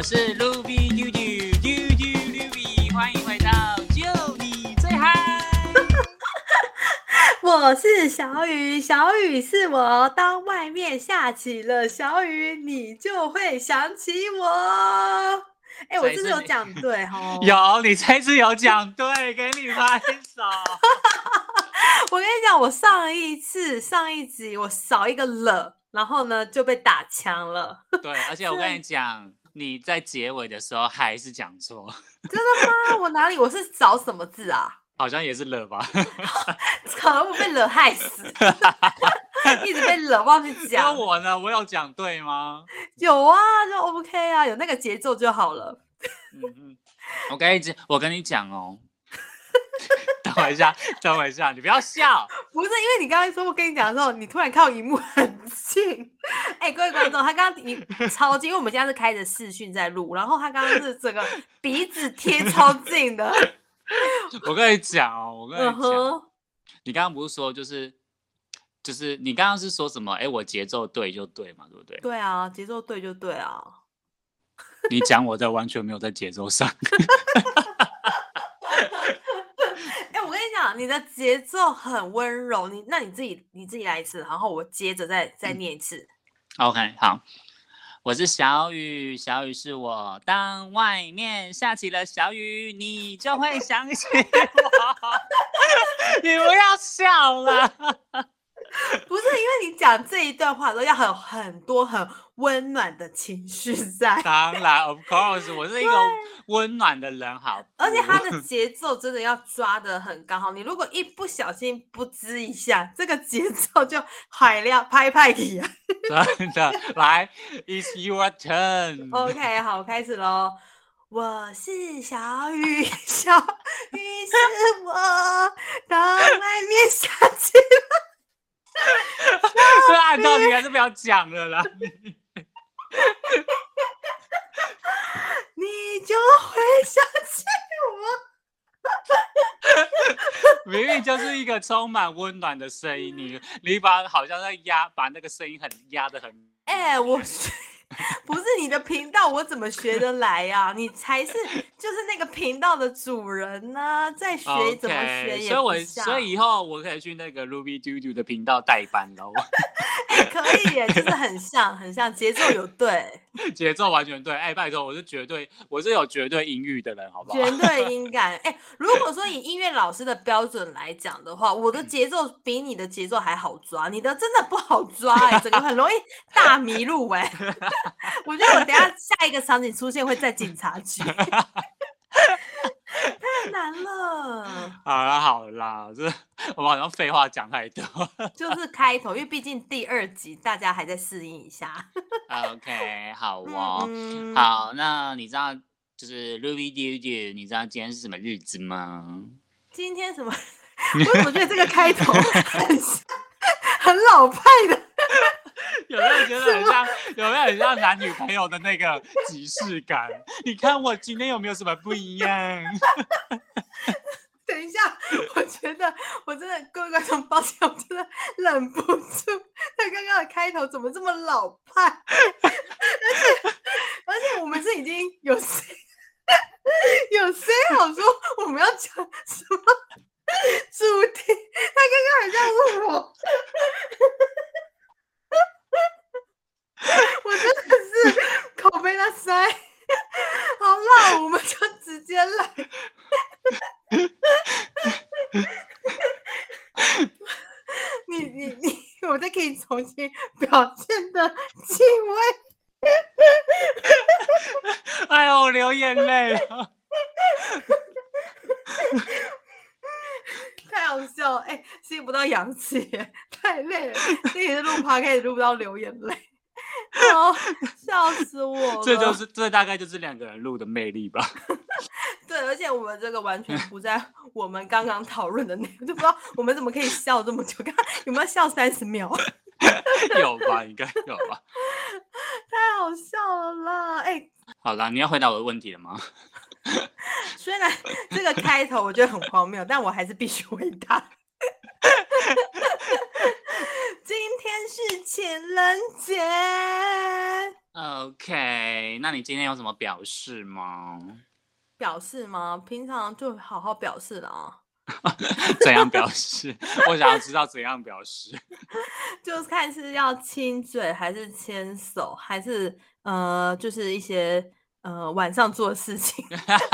我是 Ruby 嘟嘟 Ruby， 欢迎回到就你最嗨。 我是小雨，小雨是我。当外面下起了小雨，你就会想起我。我这次有讲对齁。 有，你这次有讲对，给你拍手。 我跟你讲，我上一集我少一个了，然后呢就被打枪了。 对，而且我跟你讲，你在结尾的时候还是讲错。 真的吗？我哪里？我是找什么字啊？ 好像也是了吧？ 可能我被惹害死，一直被惹，忘记讲。 那我呢？我有讲对吗？ 有啊，就 OK 啊，有那个节奏就好了。 我跟你讲哦。等我一下，你不要笑。 不是因为你刚才说我跟你讲的时候，你突然靠荧幕很近。各位观众，他刚刚超近，因为我们现在是开着视讯在录，然后他刚刚是整个鼻子贴超近的。 我跟你讲哦，你刚刚不是说就是你刚刚是说什么？我节奏对就对嘛，对不对？ 对啊，节奏对就对啊。 你讲我的完全没有在节奏上。 我跟你讲，你的节奏很温柔，那你自己来一次，然后我接着再念一次。 OK， 好，我是小雨，小雨是我。当外面下起了小雨，你就会想起我。你不要笑了。 不是因为你讲这一段话的时候要很多很温暖的情绪在。 当然 ，of course， 我是一个温暖的人，好。 而且它的节奏真的要抓得很刚好，你如果一不小心不吱一下，这个节奏就海量拍体啊。 真的，来 ，It's your turn。 OK， 好，开始咯。我是小雨，小雨是我，当外面下起了。 这按照你还是不要讲了啦。 你就会想起我。明明就是一个充满温暖的声音，你好像在把那个声音压得很。 不是你的频道，我怎么学得来呀？你才是就是那个频道的主人呢，在学怎么学也不像。 所以以后我可以去那个 Ruby 嘟嘟的频道代班喽。 可以耶，就是很像，节奏有对， 节奏完全对。拜托，我是有绝对音域的人，好不好？ 绝对音感。如果说以音乐老师的标准来讲的话，我的节奏比你的节奏还好抓，你的真的不好抓整个很容易大迷路我觉得我等下一个场景出现会在警察局。太难了。 好啦，我好像废话讲太多。 就是开头，因为毕竟第2集大家还在适应一下。 OK， 好哦。好，那你知道就是 Ruby 嘟嘟，你知道今天是什么日子吗？ 今天什么？我怎么觉得这个开头很老派的？ 有没有觉得很像男女朋友的那个即视感？你看我今天有没有什么不一样？ 等一下，我觉得我真的各位观众抱歉，我真的忍不住，他刚刚的开头怎么这么老派？而且我们是已经有say好说我们要讲什么主题，他刚刚很像问我。我真的是口被他塞。好啦，我们就直接来。我再给你重新表现的敬畏。 哎呦，我流眼泪了。 太好笑，吸不到氧气，太累了。这也是录 podcast 录不到流眼泪。笑死我了。 这大概就是2个人录的魅力吧。 对，而且我们这个完全不在我们刚刚讨论的内容，就不知道我们怎么可以笑这么久。刚刚有没有笑30秒？ 有吧，应该有吧。 太好笑了啦！ 好啦，你要回答我的问题了吗？ 虽然这个开头我觉得很荒谬，但我还是必须回答。今天是情人节。 OK，那你今天有什么表示吗？ 表示吗？平常就好好表示了啊。 怎样表示？我想要知道怎样表示。 就看是要亲嘴还是牵手，还是就是一些晚上做的事情，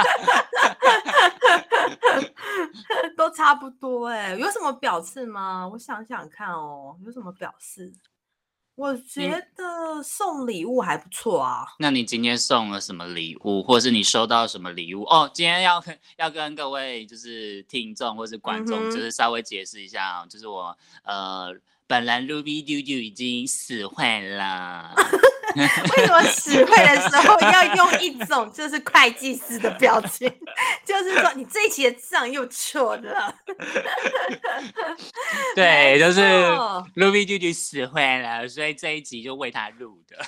都差不多哎。有什么表示吗？我想想看哦，有什么表示？我觉得送礼物还不错啊。 那你今天送了什么礼物，或是你收到什么礼物？哦，今天要跟各位就是听众或是观众，就是稍微解释一下哦，就是我本人 Ruby Dudu 已经死会了。 为什么死会的时候要用一种就是会计师的表情？就是说你这一期的账又错了。 对，就是 Ruby Dudu 死会了，所以这一集就为他录的。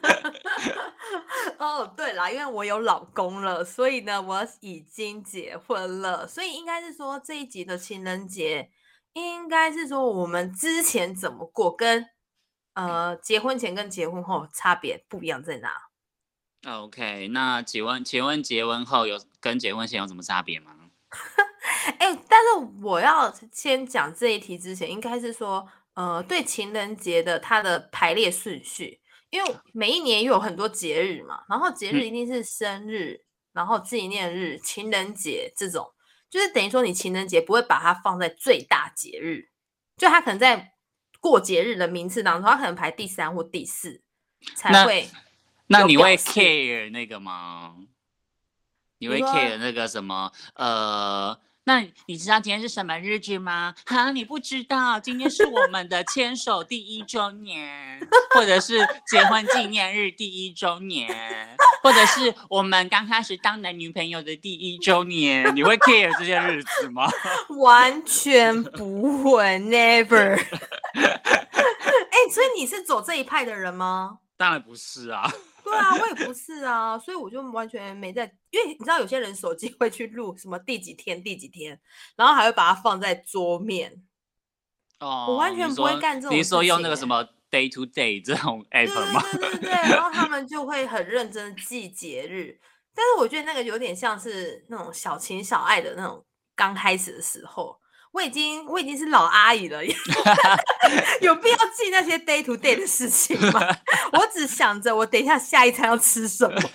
哦，对啦，因为我有老公了，所以呢，我已经结婚了，所以应该是说这一集的情人节，应该是说我们之前怎么过，跟结婚前跟结婚后差别不一样在哪？ OK，那请问结婚后有跟结婚前有什么差别吗？ 但是我要先讲这一题之前，应该是说，对情人节的它的排列顺序，因为每一年又有很多节日嘛，然后节日一定是生日，然后纪念日、情人节这种，就是等于说你情人节不会把它放在最大节日，就它可能在过节日的名次当中，它可能排第3或第4才会。 那你会 care 那个吗？你会 care 那个什么？那你知道今天是什么日子吗？哈，你不知道，今天是我们的牵手第1周年，或者是结婚纪念日第1周年，或者是我们刚开始当男女朋友的第1周年，你会 care 这些日子吗？ 完全不会 ，never。所以你是走这一派的人吗？ 当然不是啊。 对啊，我也不是啊，所以我就完全没在，因为你知道有些人手机会去录什么第几天第几天，然后还会把它放在桌面。 哦， 我完全不会干这种事情。 你是说用那个什么 day to day 这种 app 吗？ 对，然后他们就会很认真记节日，但是我觉得那个有点像是那种小情小爱的那种刚开始的时候。我已经是老阿姨了，有必要记那些 day to day 的事情吗？我只想着我等一下下一餐要吃什么。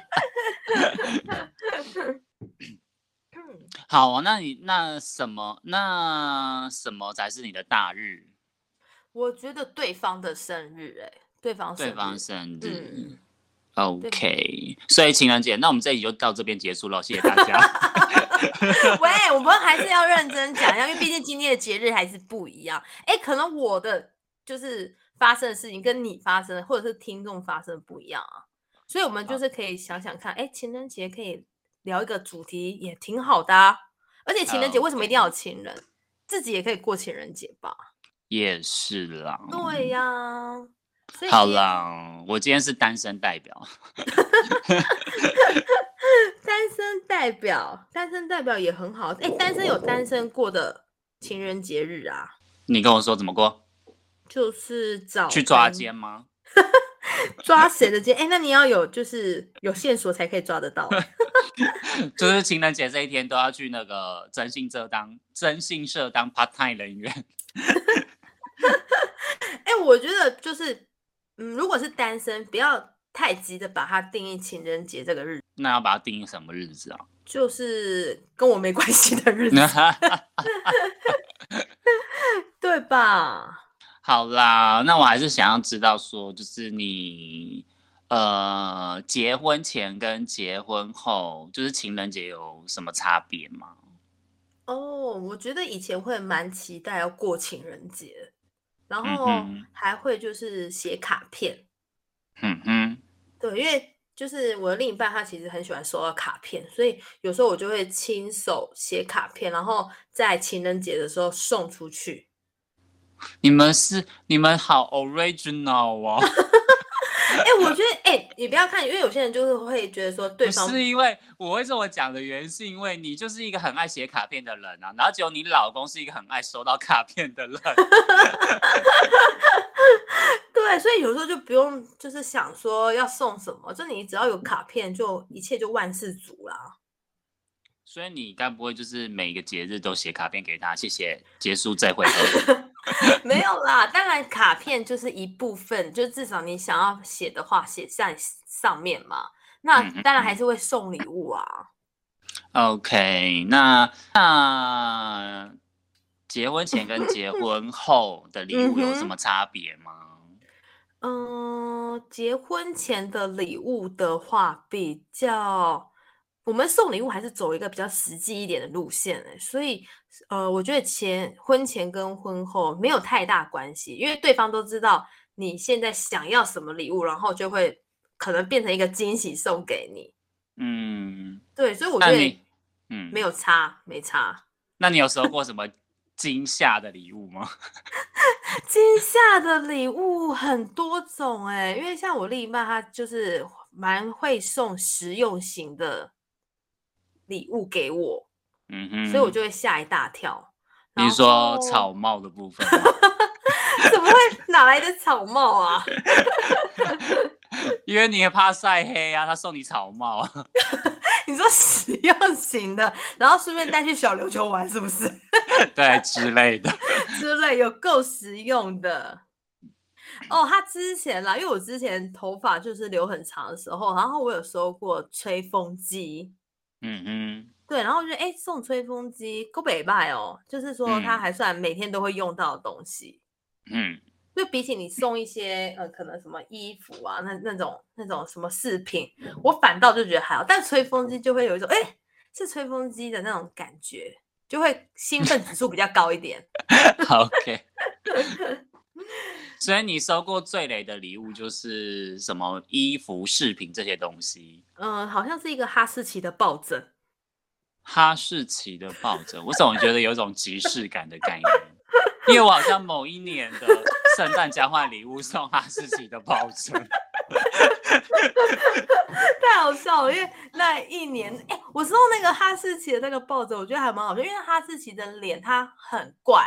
好，那什么才是你的大日？ 我觉得对方的生日，对方生日。 OK， 所以情人节，那我们这集就到这边结束了，谢谢大家。 喂，我们还是要认真讲一下，因为毕竟今天的节日还是不一样。可能我的就是发生的事情跟你发生，或者是听众发生的不一样啊，所以我们就是可以想想看，情人节可以聊一个主题，也挺好的啊。而且情人节为什么一定要有情人？自己也可以过情人节吧？ 也是啦。 对呀。 好啦，我今天是单身代表。 单身代表也很好。单身有单身过的情人节日啊。 你跟我说怎么过？ 就是去抓奸吗？ 抓谁的奸？那你要有就是有线索才可以抓得到。 就是情人节这一天都要去那个征信社当 part time 人员。 我觉得就是如果是单身，不要太急的把它定义情人节这个日子。 那要把它定义什么日子啊？ 就是跟我没关系的日子。对吧？ 好啦，那我还是想要知道说，就是你结婚前跟结婚后，就是情人节有什么差别吗？ 我觉得以前会蛮期待要过情人节，然后还会就是写卡片。对，因为就是我的另一半他其实很喜欢收到卡片，所以有时候我就会亲手写卡片，然后在情人节的时候送出去。 你们好 original 哦。 我觉得你不要看，因为有些人就是会觉得说对方不是，因为我会这么讲的原因是因为你就是一个很爱写卡片的人啊，然后只有你老公是一个很爱收到卡片的人。 对，所以有时候就不用就是想说要送什么，就你只要有卡片，就一切就万事足啦。 所以你该不会就是每一个节日都写卡片给他，谢谢，结束这回合？ 没有啦，当然卡片就是一部分，就至少你想要写的话写在上面嘛。那当然还是会送礼物啊。 OK，那结婚前跟结婚后的礼物有什么差别吗？ 结婚前的礼物的话，我们送礼物还是走一个比较实际一点的路线所以我觉得婚前跟婚后没有太大关系，因为对方都知道你现在想要什么礼物，然后就会可能变成一个惊喜送给你。对，所以我觉得没有差，没差。 那你有收过什么惊吓的礼物吗？ 惊吓的礼物很多种因为像我另一半他就是蛮会送实用型的礼物给我，所以我就会吓一大跳。 你是说草帽的部分吗？ 怎么会哪来的草帽啊？ 因为你也怕晒黑啊，他送你草帽啊。 你说实用型的，然后顺便带去小琉球玩，是不是？ 对，之类的。 之类有够实用的。他之前啦，因为我之前头发就是留很长的时候，然后我有收过吹风机。对，然后我觉得送吹风机够北拜哦，就是说它还算每天都会用到的东西。就比起你送一些可能什么衣服啊那种什么饰品，我反倒就觉得还好，但吹风机就会有一种是吹风机的那种感觉，就会兴奋指数比较高一点。 OK。所以你收过最雷的礼物就是什么衣服、饰品这些东西？ 好像是一个哈士奇的抱枕。 哈士奇的抱枕，我总觉得有种即视感的概念，因为我好像某一年的圣诞交换礼物送哈士奇的抱枕。 太好笑了，因为那一年，我送那个哈士奇的那个抱枕，我觉得还蛮好笑，因为哈士奇的脸它很怪。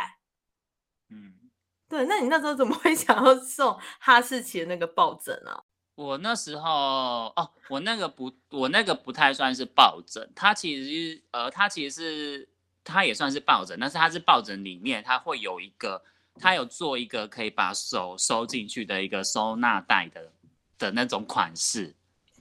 对，那你那时候怎么会想要送哈士奇的那个抱枕啊？ 我那时候我那个不太算是抱枕，它其实它也算是抱枕，但是它是抱枕里面它会有它有做一个可以把手收进去的一个收纳袋的那种款式。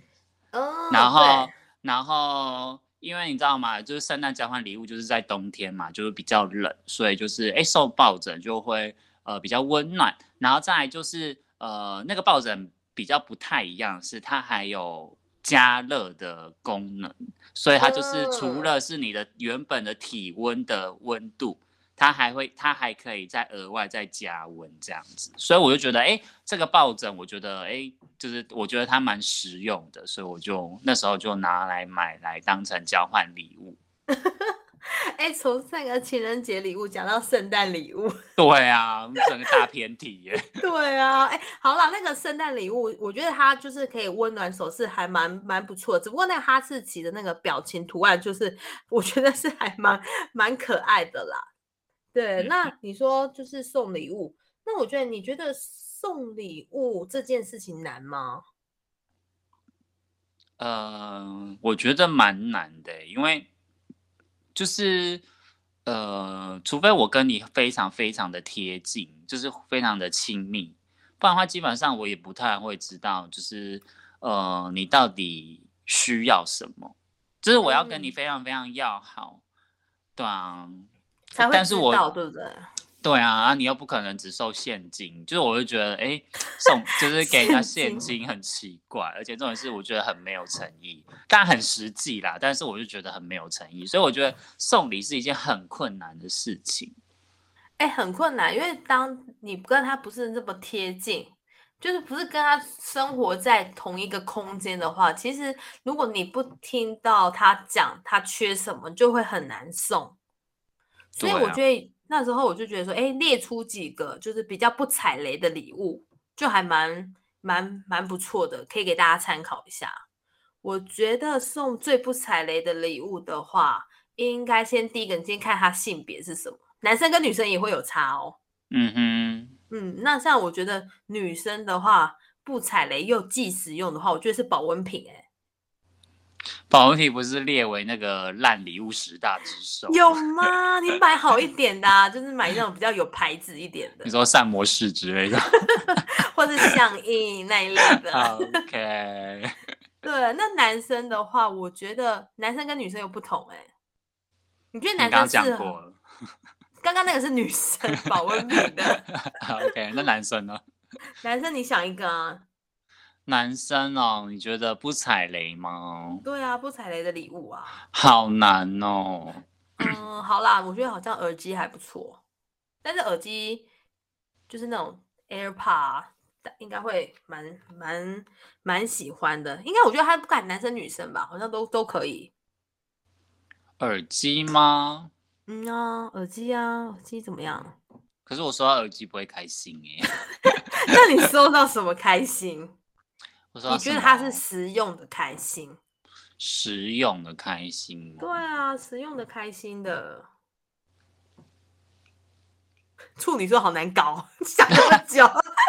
然后因为你知道吗，就是圣诞交换礼物就是在冬天嘛，就是比较冷，所以就是送抱枕就会比较温暖。然后再来就是那个抱枕比较不太一样，是它还有加热的功能，所以它就是除了是你的原本的体温的温度，它还可以再额外再加温这样子。所以我就觉得这个抱枕我觉得就是我觉得它蛮实用的，所以我就那时候就拿来买来当成交换礼物。 从那个情人节礼物讲到圣诞礼物。 对啊，整个大偏题耶。 对啊，好啦，那个圣诞礼物，我觉得它就是可以温暖手，是还蛮不错的。只不过那个哈士奇的那个表情图案，就是我觉得是还蛮可爱的啦。对，那你说就是送礼物，那我觉得你觉得送礼物这件事情难吗？ 我觉得蛮难的，因为就是除非我跟你非常非常的贴近，就是非常的亲密，不然的话基本上我也不太会知道，就是你到底需要什么，就是我要跟你非常非常要好，对啊， 才会知道，对不对？ 对啊，你又不可能只收现金，就是我会觉得，就是给人家现金很奇怪，而且这种事我觉得很没有诚意，但很实际啦，但是我就觉得很没有诚意，所以我觉得送礼是一件很困难的事情。 很困难，因为当你跟他不是这么贴近，就是不是跟他生活在同一个空间的话，其实如果你不听到他讲他缺什么，就会很难送。所以我觉得那时候我就觉得说，列出几个就是比较不踩雷的礼物，就还蛮不错的，可以给大家参考一下。我觉得送最不踩雷的礼物的话，应该第一个你先看他性别是什么，男生跟女生也会有差哦。 那像我觉得女生的话，不踩雷又既实用的话，我觉得是保温瓶保温瓶不是列为那个烂礼物10大之首？ 有吗？你买好一点的就是买那种比较有牌子一点的。 你说膳魔士之类的， 或是象印那一类的。 OK， 对，那男生的话，我觉得男生跟女生有不同你觉得你男刚刚讲生适合？ 过了。 刚刚那个是女生保温瓶的， OK，那男生呢？ 男生你想一个男生哦，你觉得不踩雷吗？ 对啊，不踩雷的礼物啊。 好难哦。 好啦，我觉得好像耳机还不错，但是耳机就是那种 AirPod，应该会蛮喜欢的。应该我觉得他不管男生女生吧，好像都可以。 耳机吗？ 耳机耳机怎么样？ 可是我收到耳机不会开心耶。 那你收到什么开心？ 我收到什你觉得它是么实用的开心？ 实用的开心对吗？ 啊，实用的开心的。处女座好难搞，想那么久，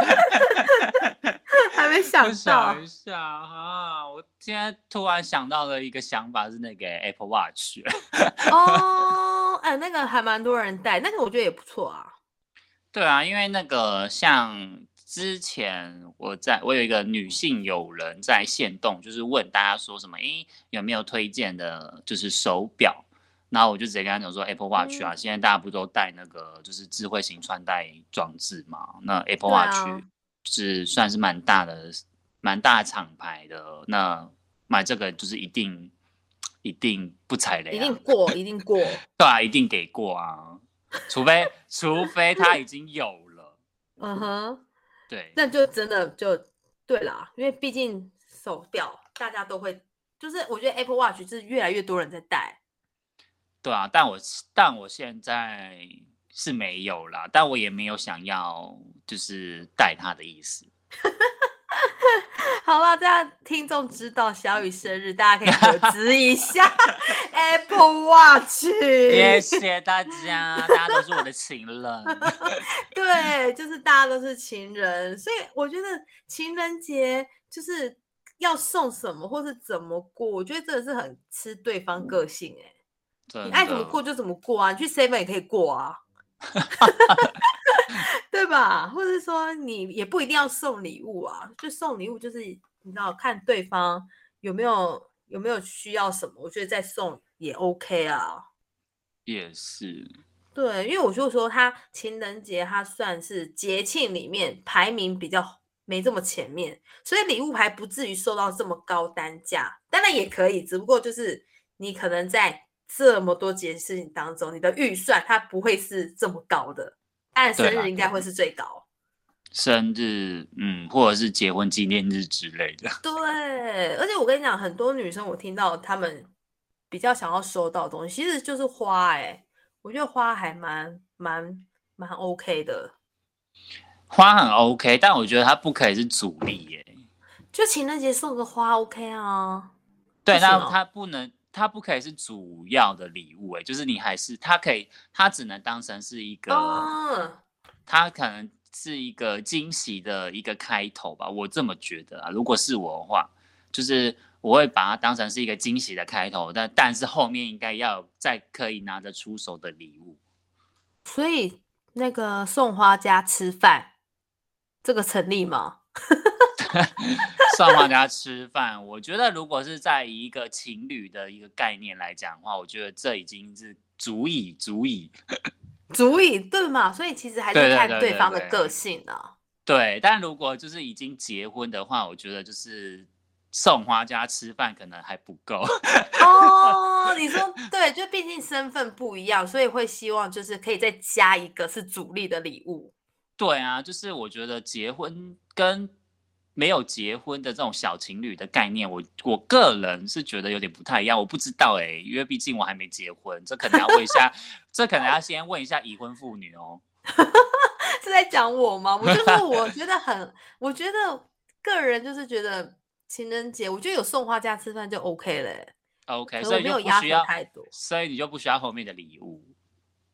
还没想我想到。 一下我现在突然想到了一个想法，是那个 Apple Watch。 哦，那个还蛮多人戴，那个我觉得也不错啊。 对啊，因为那个像之前我有一个女性友人在线动，就是问大家说什么，有没有推荐的，就是手表，然后我就直接跟他讲说 Apple Watch 啊，现在大家不都戴那个就是智慧型穿戴装置嘛，那 Apple 对 Watch 啊， 是算是蛮大的厂牌的，那买这个就是一定不踩雷一定啊， 过，一定过。 对啊，一定给过啊，除非他已经有了。 嗯哼， 对那就真的就对啦，因为毕竟手表大家都会，就是我觉得 Apple Watch 是越来越多人在戴。 对啊，但我现在是没有啦，但我也没有想要就是带他的意思。 好了，这样听众知道小雨生日，大家可以合资一下 Apple Watch。 谢谢大家，大家都是我的情人。 对，就是大家都是情人，所以我觉得情人节就是要送什么或是怎么过，我觉得真的是很吃对方个性你爱怎么真的， 过就怎么过啊，你去 Seven 也可以过啊。对吧？或者说你也不一定要送礼物啊，就送礼物就是你知道看对方有没有需要什么，我觉得再送也 OK 啊。 也是， 对，因为我就说他情人节他算是节庆里面排名比较没这么前面，所以礼物还不至于收到这么高单价，当然也可以，只不过就是你可能在这么多件事情当中，你的预算它不会是这么高的，但生对啦，对啦， 日应该会是最高。 生日，或者是结婚纪念日之类的。 对，而且我跟你讲，很多女生我听到她们比较想要收到的东西，其实就是花我觉得花还蛮 OK 的。 花很 OK，但我觉得它不可以是主力耶。 就情人节送个花 OK 啊，不对，那行哦。 它不可以是主要的礼物，就是你还是它只能当成是一个， 哦， 它可能是一个惊喜的一个开头吧，我这么觉得啊。如果是我的话，就是我会把它当成是一个惊喜的开头，但是后面应该要有再可以拿得出手的礼物。 所以那个送花加吃饭，这个成立吗？ 送大家吃饭，我觉得如果是在一个情侣的一个概念来讲的话，我觉得这已经是足以。 足以对嘛？所以其实还是看对对对对方的对对个性啊。 对，但如果就是已经结婚的话，我觉得就是送花加吃饭可能还不够。 哦，你说对，就毕竟身份不一样，所以会希望就是可以再加一个是主力的礼物。 对啊，就是我觉得结婚跟没有结婚的这种小情侣的概念，我个人是觉得有点不太一样。我不知道因为毕竟我还没结婚，这可能要问一下，这可能要先问一下已婚妇女哦。 是在讲我吗？我就说我觉得个人就是觉得情人节，我觉得有送花加吃饭就 OK 了 OK， 可能我所以就没有压不需要， 缩太多。 所以你就不需要后面的礼物。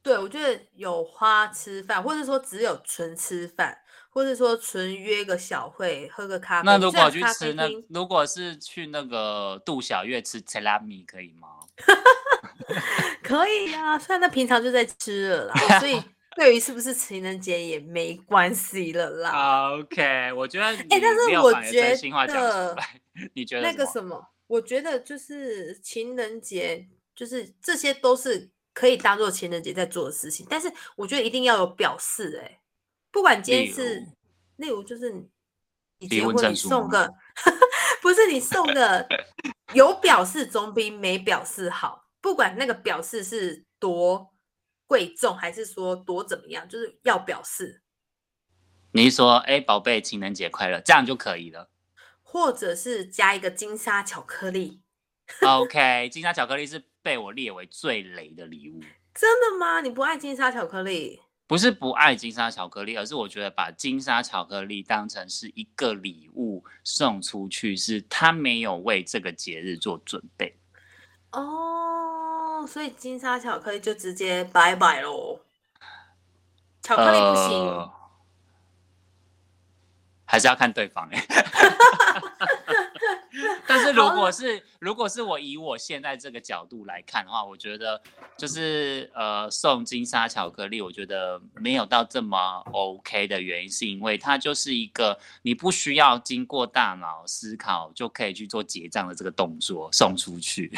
对，我觉得有花吃饭，或者说只有纯吃饭，或者说纯约个小会，喝个咖啡。 那如虽然咖啡果去吃厅如果是去那个杜小月吃 s 拉米可以吗？ 可以啊，虽然他平常就在吃了啦，所以对于是不是情人节也没关系了啦。 OK，我觉得但你没是有把你的真我觉心话讲出得来，你觉得那什么？ 个什么，我觉得就是情人节，就是这些都是可以当做情人节在做的事情，但是我觉得一定要有表示、欸，不管今天例如是，例如就是你离婚结婚，你证书吗？ 送个，不是你送个有表示总比没表示好，不管那个表示是多贵重，还是说多怎么样，就是要表示。 你是说，哎，宝贝，情人节快乐，这样就可以了。 或者是加一个金沙巧克力。 OK，金沙巧克力是被我列为最雷的礼物。 真的吗？你不爱金沙巧克力？ 不是不爱金沙巧克力，而是我觉得把金沙巧克力当成是一个礼物送出去，是他没有为这个节日做准备。 哦，所以金沙巧克力就直接拜拜喽。巧克力不行。 呃，还是要看对方哎。但是如果是我以我现在这个角度来看的话，我觉得就是送金沙巧克力，我觉得没有到这么 OK 的原因，是因为它就是一个你不需要经过大脑思考就可以去做结账的这个动作送出去。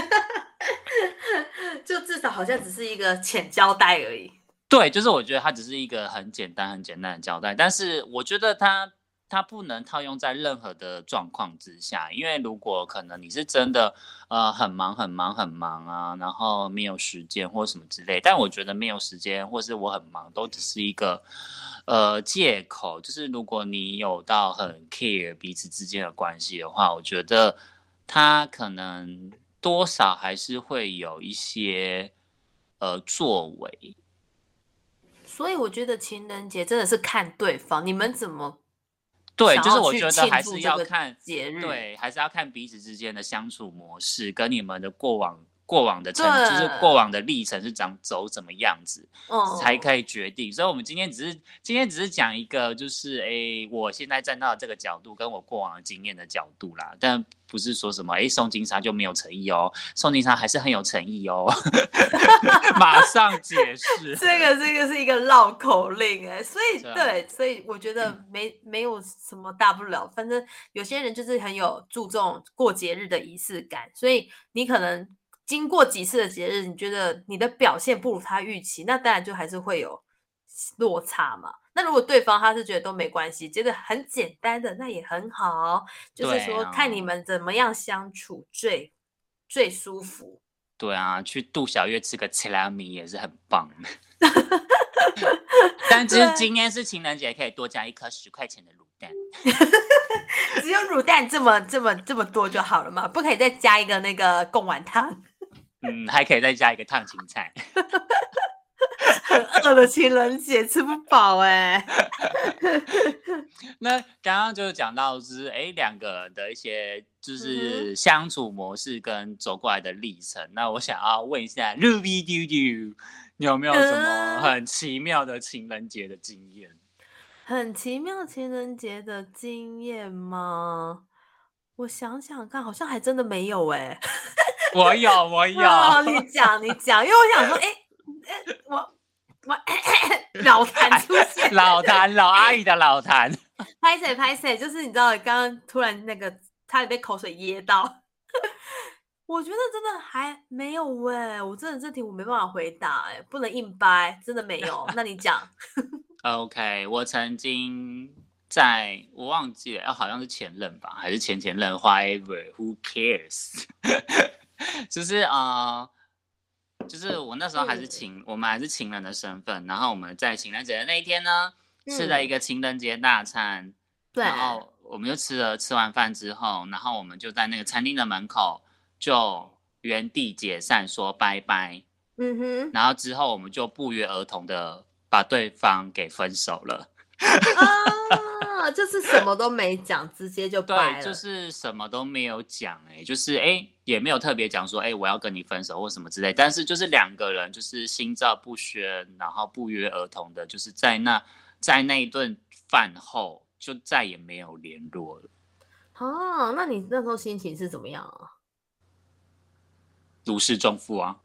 就至少好像只是一个浅交代而已。 对，就是我觉得它只是一个很简单的交代，但是我觉得它不能套用在任何的状况之下，因为如果可能你是真的很忙啊，然后没有时间或什么之类，但我觉得没有时间或是我很忙都只是一个借口，就是如果你有到很 care 彼此之间的关系的话，我觉得他可能多少还是会有一些作为。 所以我觉得情人节真的是看对方，你们怎么对，就是想要去我觉得还是庆祝这个要看， 节日。 对，还是要看彼此之间的相处模式，跟你们的过往的就是过对， 往的历程是走怎么样子，才可以决定。所以，我们今天只是讲一个，就是我现在站到这个角度，跟我过往的经验的角度啦，但不是说什么送金沙就没有诚意哦，送金沙还是很有诚意哦。马上解释， 这个是一个绕口令哎，所以对啊对，所以我觉得没有什么大不了，反正有些人就是很有注重过节日的仪式感，所以你可能经过几次的节日，你觉得你的表现不如他预期，那当然就还是会有落差嘛。那如果对方他是觉得都没关系，觉得很简单的，那也很好，就是对说看你啊。 们怎么样相处最舒服。 对啊，去杜小月吃个切拉米也是很棒的。但是对， 今天是情人节，可以多加一颗10块钱的卤蛋。 只有卤蛋这么多就好了嘛，不可以再加一个那个贡丸汤。 还可以再加一个烫青菜。 很饿的情人节吃不饱哎、 那刚刚就讲到是两个人的一些就嗯是相处模式跟走过来的历程。那我想要问一下 Ruby 丢丢，你有没有什么很奇妙的情人节的经验？ 很奇妙情人节的经验吗？我想想看，好像还真的没有哎、 我有，我有。 哦，你讲，因为我想说，我老痰出现， 老阿姨的老痰。 拍谁，就是你知道，刚刚突然那个差点被口水噎到。我觉得真的还没有哎、我真的这题我没办法回答哎、不能硬掰，真的没有。那你讲， OK，我曾经我忘记了，好像是前任吧，还是前任，whatever，who cares？就是就是我那时候还是我们还是情人的身份，然后我们在情人节的那一天呢，吃了一个情人节大餐， 对， 然后我们就吃完饭之后，然后我们就在那个餐厅的门口就原地解散说拜拜， 嗯哼， 然后之后我们就不约而同的把对方给分手了。 就是什么都没讲，直接就掰对， 了。 就是什么都没有讲，就是也没有特别讲说，我要跟你分手或什么之类，但是就是两个人就是心照不宣，然后不约而同的，就是在那一顿饭后就再也没有联络了。 哦，那你那时候心情是怎么样啊？ 如释重负啊。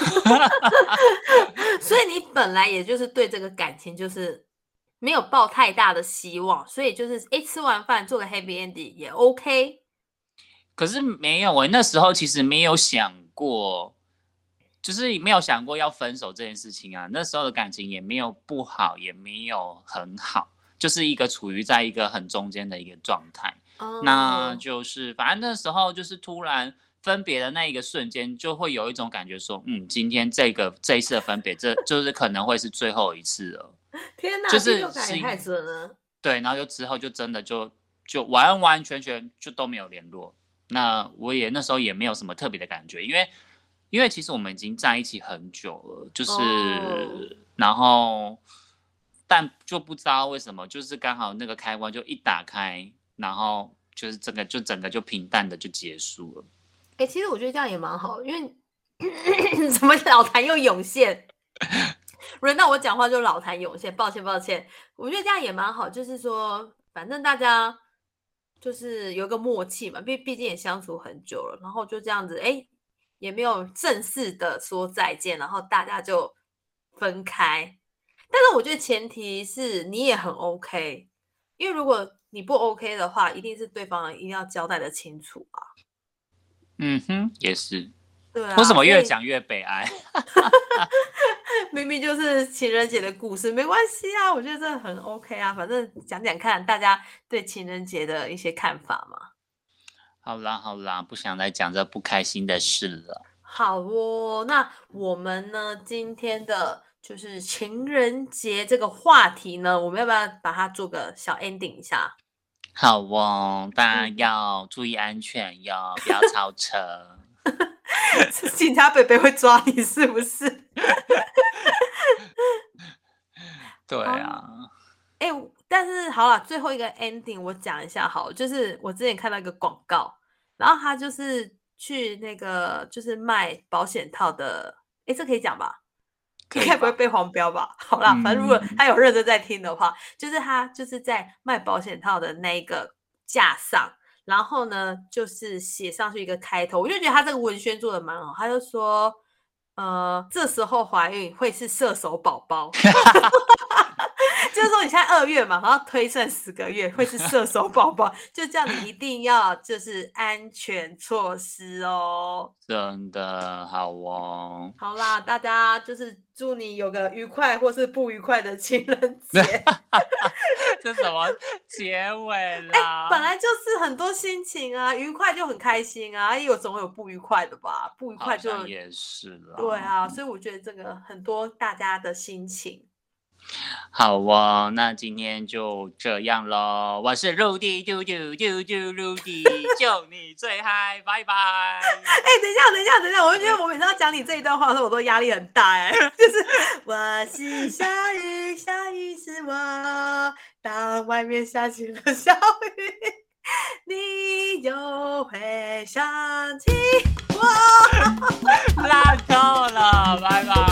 所以你本来也就是对这个感情就是没有抱太大的希望，所以就是吃完饭做个 happy ending 也 OK。 可是没有那时候其实没有想过，就是没有想过要分手这件事情啊。那时候的感情也没有不好，也没有很好，就是一个处于在一个很中间的一个状态。那就是反正那时候就是突然分别的那一个瞬间，就会有一种感觉说，今天这一次的分别，这就是可能会是最后一次了。 天哪， 就是第六感也太准了。 对，然后之后就真的就完完全全就都没有联络。那我也那时候也没有什么特别的感觉，因为其实我们已经在一起很久了，就是然后但就不知道为什么，就是刚好那个开关就一打开，然后就是整个就平淡的就结束了。 其实我觉得这样也蛮好，因为怎么老痰又涌现，轮到我讲话就老痰涌现，抱歉。我觉得这样也蛮好，就是说反正大家就是有一个默契嘛，毕竟也相处很久了，然后就这样子，也没有正式的说再见，然后大家就分开。但是我觉得前提是你也很 OK， 因为如果你不 OK 的话，一定是对方一定要交代的清楚啊。 也是。 对啊， 为什么越讲越悲哀？ 明明就是情人节的故事，没关系啊，我觉得这很 OK 啊，反正讲讲看大家对情人节的一些看法嘛。 好啦，不想再讲这不开心的事了。 好哦，那我们呢今天的就是情人节这个话题呢，我们要不要把它做个小 ending 一下？ 好哦，大家要注意安全，不要超车。 警察北北会抓你是不是？ 对啊。 但是好了，最后一个 ending 我讲一下好，就是我之前看到一个广告，然后他就是去那个就是卖保险套的，这可以讲吧？应该不会被黄标吧？好啦，反正如果他有认真在听的话，就是他就是在卖保险套的那个架上，然后呢就是写上去一个开头，我就觉得他这个文宣做的蛮好，他就说这时候怀孕会是射手宝宝。就是说你现在2月嘛，然后推算10个月会是射手宝宝，就这样你一定要就是安全措施哦。 真的好哦。 好啦，大家就是祝你有个愉快或是不愉快的情人节。 这什么结尾啦？ 本来就是很多心情啊，愉快就很开心啊，总有不愉快的吧？不愉快就也是啦。 对啊，所以我觉得这个很多大家的心情。 好哦，那今天就这样咯。我是陆地嘟嘟嘟嘟陆地，就你最嗨，拜拜。 等一下，我就觉得我每次要讲你这一段话的时候，我都压力很大就是我是小雨，小雨是我，当外面下起了小雨，你就会想起我。 烂透了，拜拜。